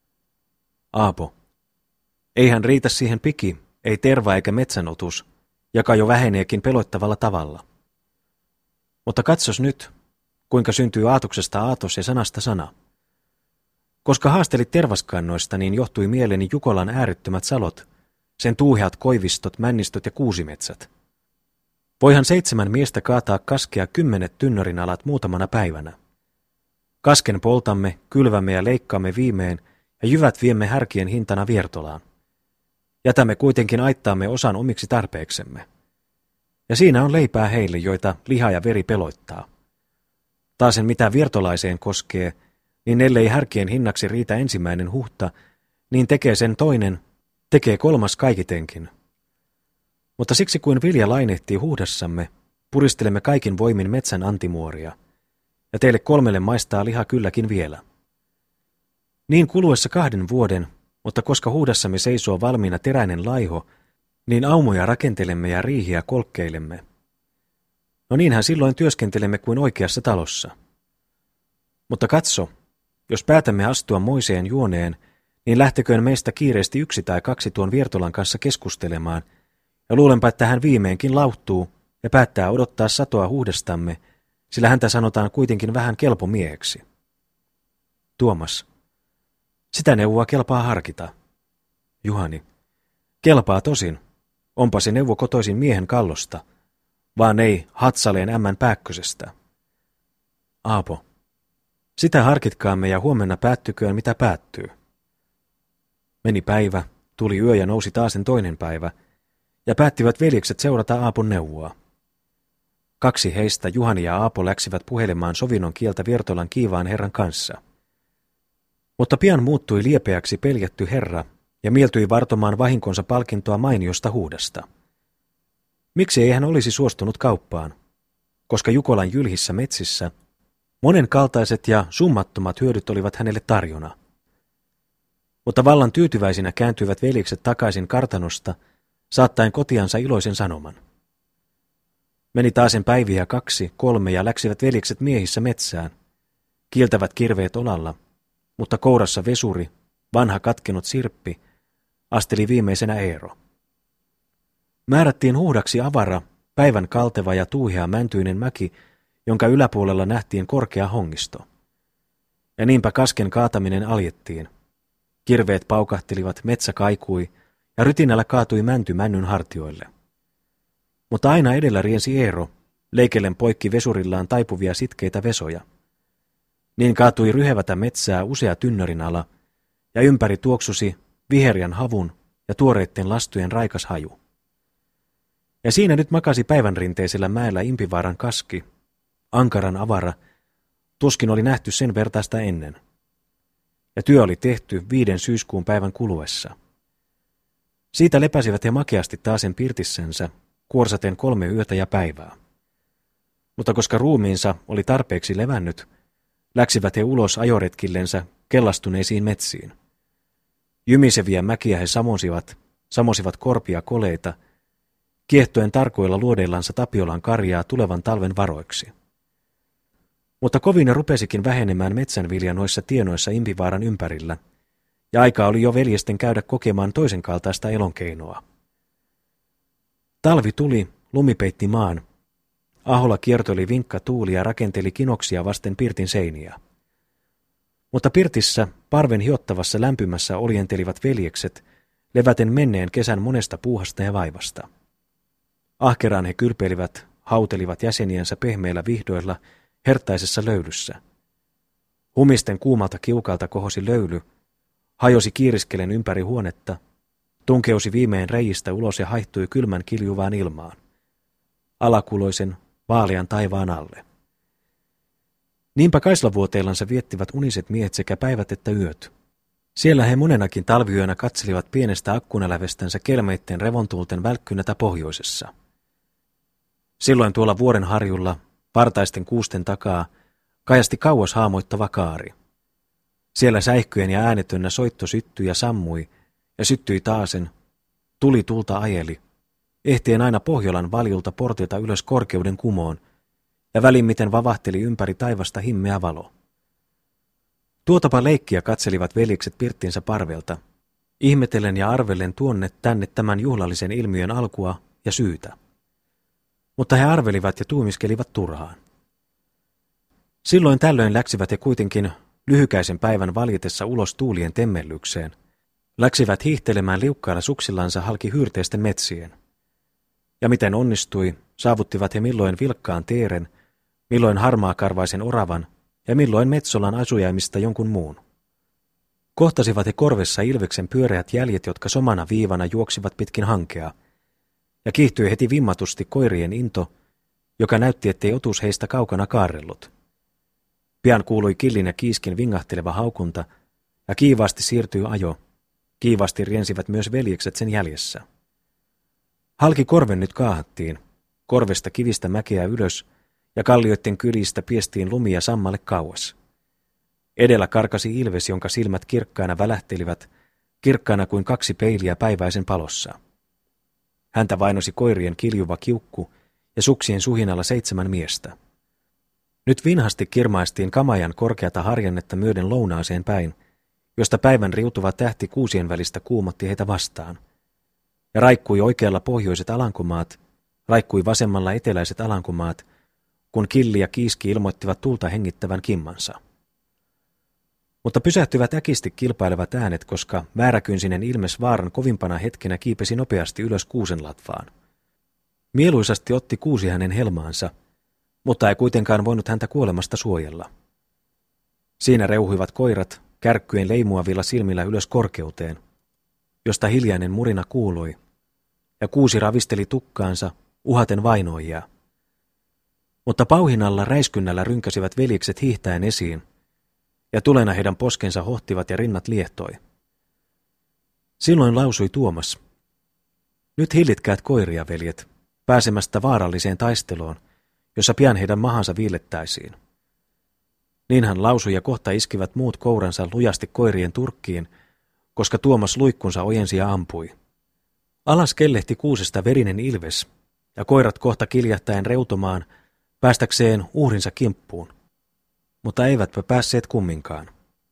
Aapo. Eihän riitä siihen Piki, ei Terva eikä metsänotus, joka jo väheneekin pelottavalla tavalla. Mutta katsos nyt, kuinka syntyy aatoksesta aatos ja sanasta sana. Koska haastelit tervaskannoista, niin johtui mieleeni Jukolan äärettömät salot, sen tuuheat koivistot, männistöt ja kuusimetsät. Voihan 7 miestä kaataa kaskea 10 tynnörin alat muutamana päivänä. Kasken poltamme, kylvämme ja leikkaamme viimeen, ja jyvät viemme härkien hintana Viertolaan. Jätämme kuitenkin aittaamme osan omiksi tarpeeksemme. Ja siinä on leipää heille, joita liha ja veri peloittaa. Taasen mitä viertolaiseen koskee, niin ellei härkien hinnaksi riitä 1. huhta, niin tekee sen toinen, tekee 3. kaikitenkin. Mutta siksi kuin vilja lainehtii huhdassamme, puristelemme kaikin voimin metsän antimuoria, ja teille 3 maistaa liha kylläkin vielä. Niin kuluessa 2 vuoden, mutta koska huudassamme seisoo valmiina teräinen laiho, niin aumoja rakentelemme ja riihiä kolkkeilemme. No niinhän silloin työskentelemme kuin oikeassa talossa. Mutta katso, jos päätämme astua moiseen juoneen, niin lähteköön meistä kiireesti 1 tai 2 tuon Viertolan kanssa keskustelemaan, ja luulenpa, että hän viimeinkin lauhtuu ja päättää odottaa satoa huudestamme, sillä häntä sanotaan kuitenkin vähän kelpomieheksi. Tuomas. Sitä neuvoa kelpaa harkita. Juhani. Kelpaa tosin. Onpa se neuvo kotoisin miehen kallosta, vaan ei Hatsaleen ämmän pääkkösestä. Aapo. Sitä harkitkaamme ja huomenna päättyköön mitä päättyy. Meni päivä, tuli yö ja nousi taasen toinen päivä, ja päättivät veljekset seurata Aapon neuvoa. 2 heistä, Juhani ja Aapo, läksivät puhelemaan sovinnon kieltä Viertolan kiivaan herran kanssa. Mutta pian muuttui liepeäksi peljätty herra ja mieltyi vartomaan vahinkonsa palkintoa mainiosta huudasta. Miksi ei hän olisi suostunut kauppaan? Koska Jukolan jylhissä metsissä monenkaltaiset ja summattomat hyödyt olivat hänelle tarjona. Mutta vallan tyytyväisinä kääntyivät veljekset takaisin kartanosta, saattaen kotiansa iloisen sanoman. Meni taasen päiviä 2, 3 ja läksivät veljekset miehissä metsään. Kieltävät kirveet olalla, mutta kourassa vesuri, vanha katkenut sirppi, asteli viimeisenä Eero. Määrättiin huudaksi avara, päivän kalteva ja tuuhea mäntyinen mäki, jonka yläpuolella nähtiin korkea hongisto. Ja niinpä kasken kaataminen aljettiin. Kirveet paukahtelivat, metsä kaikui, ja rytinällä kaatui mänty männyn hartioille. Mutta aina edellä riensi Eero, leikellen poikki vesurillaan taipuvia sitkeitä vesoja. Niin kaatui ryhevätä metsää usea tynnörin ala, ja ympäri tuoksusi viherjan havun ja tuoreitten lastujen raikas haju. Ja siinä nyt makasi päivänrinteisellä mäellä Impivaaran kaski, ankaran avara, tuskin oli nähty sen vertaista ennen. Ja työ oli tehty 5. syyskuun päivän kuluessa. Siitä lepäsivät he makeasti taasen pirtissensä, kuorsaten 3 yötä ja päivää. Mutta koska ruumiinsa oli tarpeeksi levännyt, läksivät he ulos ajoretkillensä kellastuneisiin metsiin. Jymiseviä mäkiä he samonsivat, samosivat korpia koleita, kiehtoen tarkoilla luodeillansa Tapiolan karjaa tulevan talven varoiksi. Mutta kovin rupesikin vähenemään metsänvilja noissa tienoissa Impivaaran ympärillä, ja aika oli jo veljesten käydä kokemaan toisen kaltaista elonkeinoa. Talvi tuli, lumi peitti maan. Aholla kiertoli vinkka tuuli ja rakenteli kinoksia vasten pirtin seiniä. Mutta pirtissä, parven hiottavassa lämpimässä oljentelivat veljekset, leväten menneen kesän monesta puuhasta ja vaivasta. Ahkeraan he kylpeilivät, hautelivat jäseniensä pehmeillä vihdoilla, herttaisessa löylyssä. Humisten kuumalta kiukalta kohosi löyly, hajosi kiiriskelen ympäri huonetta, tunkeusi viimein reijistä ulos ja haihtui kylmän kiljuvaan ilmaan. Alakuloisen, vaalean taivaan alle. Niinpä kaislavuoteillansa viettivät uniset miehet sekä päivät että yöt. Siellä he monenakin talviyönä katselivat pienestä akkunalävestänsä kelmeitten revontulten välkkynätä pohjoisessa. Silloin tuolla vuoren harjulla, partaisten kuusten takaa, kajasti kauas haamoittava kaari. Siellä säihkyen ja äänetönnä soitto syttyi ja sammui, ja syttyi taasen, tuli tulta ajeli, ehtien aina Pohjolan valjulta portilta ylös korkeuden kumoon, ja välimmiten vavahteli ympäri taivasta himmeä valo. Tuotapa leikkiä katselivat veljekset pirttinsä parvelta, ihmetellen ja arvellen tuonne tänne tämän juhlallisen ilmiön alkua ja syytä. Mutta he arvelivat ja tuumiskelivat turhaan. Silloin tällöin läksivät he kuitenkin lyhykäisen päivän valjetessa ulos tuulien temmellykseen, läksivät hiihtelemään liukkailla suksillansa halki hyrteisten metsien. Ja miten onnistui, saavuttivat he milloin vilkkaan teeren, milloin harmaakarvaisen oravan ja milloin Metsolan asujaimista jonkun muun. Kohtasivat he korvessa ilveksen pyöreät jäljet, jotka somana viivana juoksivat pitkin hankea, ja kiihtyi heti vimmatusti koirien into, joka näytti, ettei otus heistä kaukana kaarrellut. Pian kuului killin ja kiiskin vingahteleva haukunta, ja kiivaasti siirtyi ajo. Kiivaasti riensivät myös veljekset sen jäljessä. Halki korven nyt kaahattiin, korvesta kivistä mäkeä ylös, ja kallioitten kylistä piestiin lumia sammalle kauas. Edellä karkasi ilves, jonka silmät kirkkaina välähtelivät, kirkkaina kuin kaksi peiliä päiväisen palossa. Häntä vainosi koirien kiljuva kiukku ja suksien suhinalla 7 miestä. Nyt vinhasti kirmaistiin Kamajan korkeata harjannetta myöden lounaaseen päin, josta päivän riutuva tähti kuusien välistä kuumotti heitä vastaan. Ja raikkui oikealla pohjoiset Alankomaat, raikkui vasemmalla eteläiset Alankomaat, kun Killi ja Kiiski ilmoittivat tulta hengittävän kimmansa. Mutta pysähtyvät äkisti kilpailevat äänet, koska määräkynsinen ilmes vaaran kovimpana hetkenä kiipesi nopeasti ylös kuusenlatvaan. Mieluisasti otti kuusi hänen helmaansa, mutta ei kuitenkaan voinut häntä kuolemasta suojella. Siinä reuhuivat koirat, kärkkyen leimuavilla silmillä ylös korkeuteen, josta hiljainen murina kuului, ja kuusi ravisteli tukkaansa, uhaten vainoijia. Mutta pauhinalla räiskynnällä rynkäsivät veljekset hiihtäen esiin, ja tulena heidän poskensa hohtivat ja rinnat liehtoi. Silloin lausui Tuomas: "Nyt hillitkäät koiria, veljet, pääsemästä vaaralliseen taisteluun, jossa pian heidän mahansa viillettäisiin." Niin hän lausui ja kohta iskivät muut kouransa lujasti koirien turkkiin, koska Tuomas luikkunsa ojensi ja ampui. Alas kellehti kuusesta verinen ilves, ja koirat kohta kiljahtaen reutomaan, päästäkseen uhrinsa kimppuun. Mutta eivätpä päässeet kumminkaan.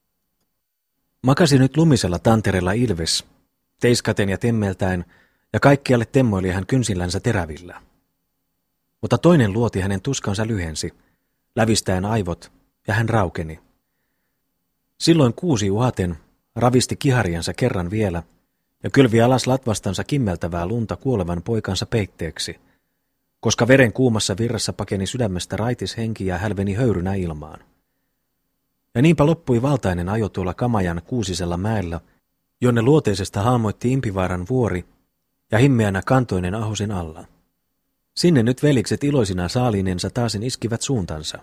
Makasi nyt lumisella tantereella ilves, teiskaten ja temmeltäen, ja kaikkialle temmoili hän kynsillänsä terävillä. Mutta toinen luoti hänen tuskansa lyhensi, lävistäen aivot, ja hän raukeni. Silloin kuusi uhaten ravisti kihariansa kerran vielä, ja kylvi alas latvastansa kimmeltävää lunta kuolevan poikansa peitteeksi, koska veren kuumassa virrassa pakeni sydämestä raitis henki ja hälveni höyrynä ilmaan. Ja niinpä loppui valtainen ajo tuolla Kamajan kuusisella mäellä, jonne luoteisesta haamoitti Impivaaran vuori ja himmeänä kantoinen ahosen alla. Sinne nyt velikset iloisina saaliinensa taasen iskivät suuntansa.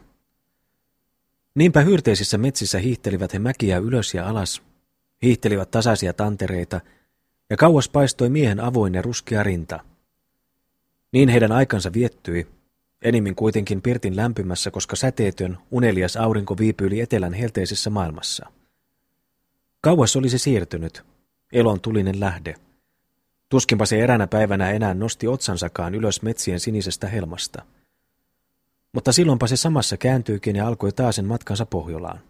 Niinpä hyrteisissä metsissä hiihtelivät he mäkiä ylös ja alas, hiihtelivät tasaisia tantereita, ja kauas paistoi miehen avoin ja ruskea rinta. Niin heidän aikansa viettyi, enimmin kuitenkin pirtin lämpimässä, koska säteetön, unelias aurinko viipyili etelän helteisessä maailmassa. Kauas oli se siirtynyt, elon tulinen lähde, Tuskinpa se eräänä päivänä enää nosti otsansakaan ylös metsien sinisestä helmasta. Mutta silloinpa se samassa kääntyikin ja alkoi taasen matkansa Pohjolaan.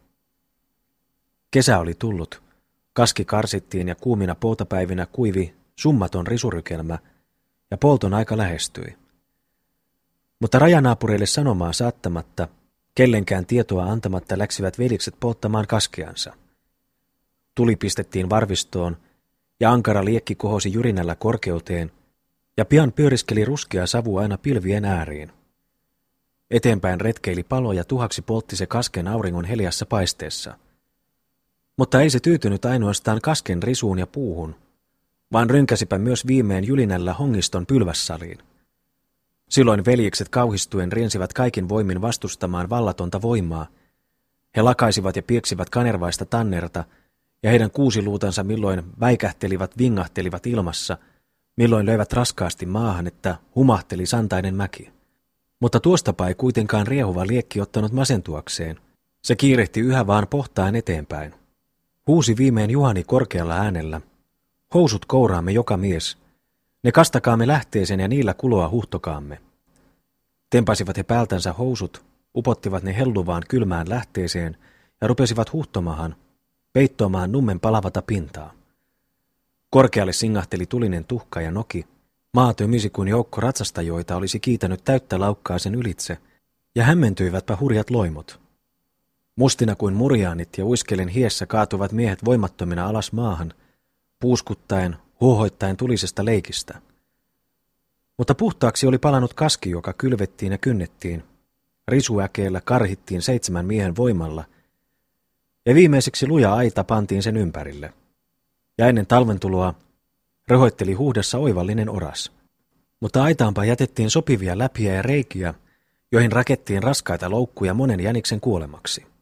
Kesä oli tullut. Kaski karsittiin ja kuumina poutapäivinä kuivi summaton risurykelmä ja polton aika lähestyi. Mutta rajanaapureille sanomaa saattamatta, kellenkään tietoa antamatta läksivät veljekset polttamaan kaskeansa. Tuli pistettiin varvistoon ja ankara liekki kohosi jyrinällä korkeuteen ja pian pyöriskeli ruskea savu aina pilvien ääriin. Eteenpäin retkeili palo ja tuhaksi poltti se kasken auringon heliassa paisteessa. Mutta ei se tyytynyt ainoastaan kasken risuun ja puuhun, vaan rynkäsipä myös viimein jylinällä hongiston pylvässaliin. Silloin veljekset kauhistuen riensivät kaikin voimin vastustamaan vallatonta voimaa. He lakaisivat ja pieksivät kanervaista tannerta, ja heidän kuusiluutansa milloin väikähtelivät vingahtelivat ilmassa, milloin löivät raskaasti maahan, että humahteli santainen mäki. Mutta tuostapa ei kuitenkaan riehuva liekki ottanut masentuakseen. Se kiirehti yhä vaan pohtaan eteenpäin. Huusi viimein Juhani korkealla äänellä. Housut kouraamme joka mies. Ne kastakaamme lähteeseen ja niillä kuloa huhtokaamme. Tempasivat he päältänsä housut, upottivat ne helluvaan kylmään lähteeseen ja rupesivat huhtomahan, peittoamaan nummen palavata pintaa. Korkealle singahteli tulinen tuhka ja noki. Maa tömisi kuin joukko ratsasta, joita olisi kiitänyt täyttä laukkaa sen ylitse, ja hämmentyivätpä hurjat loimot. Mustina kuin murjaanit ja uiskellen hiessä kaatuvat miehet voimattomina alas maahan, puuskuttaen, huohoittaen tulisesta leikistä. Mutta puhtaaksi oli palannut kaski, joka kylvettiin ja kynnettiin. Risuäkeellä karhittiin 7 miehen voimalla, ja viimeiseksi luja aita pantiin sen ympärille. Ja ennen talventuloa röhoitteli huhdessa oivallinen oras. Mutta aitaanpa jätettiin sopivia läpiä ja reikiä, joihin rakettiin raskaita loukkuja monen jäniksen kuolemaksi.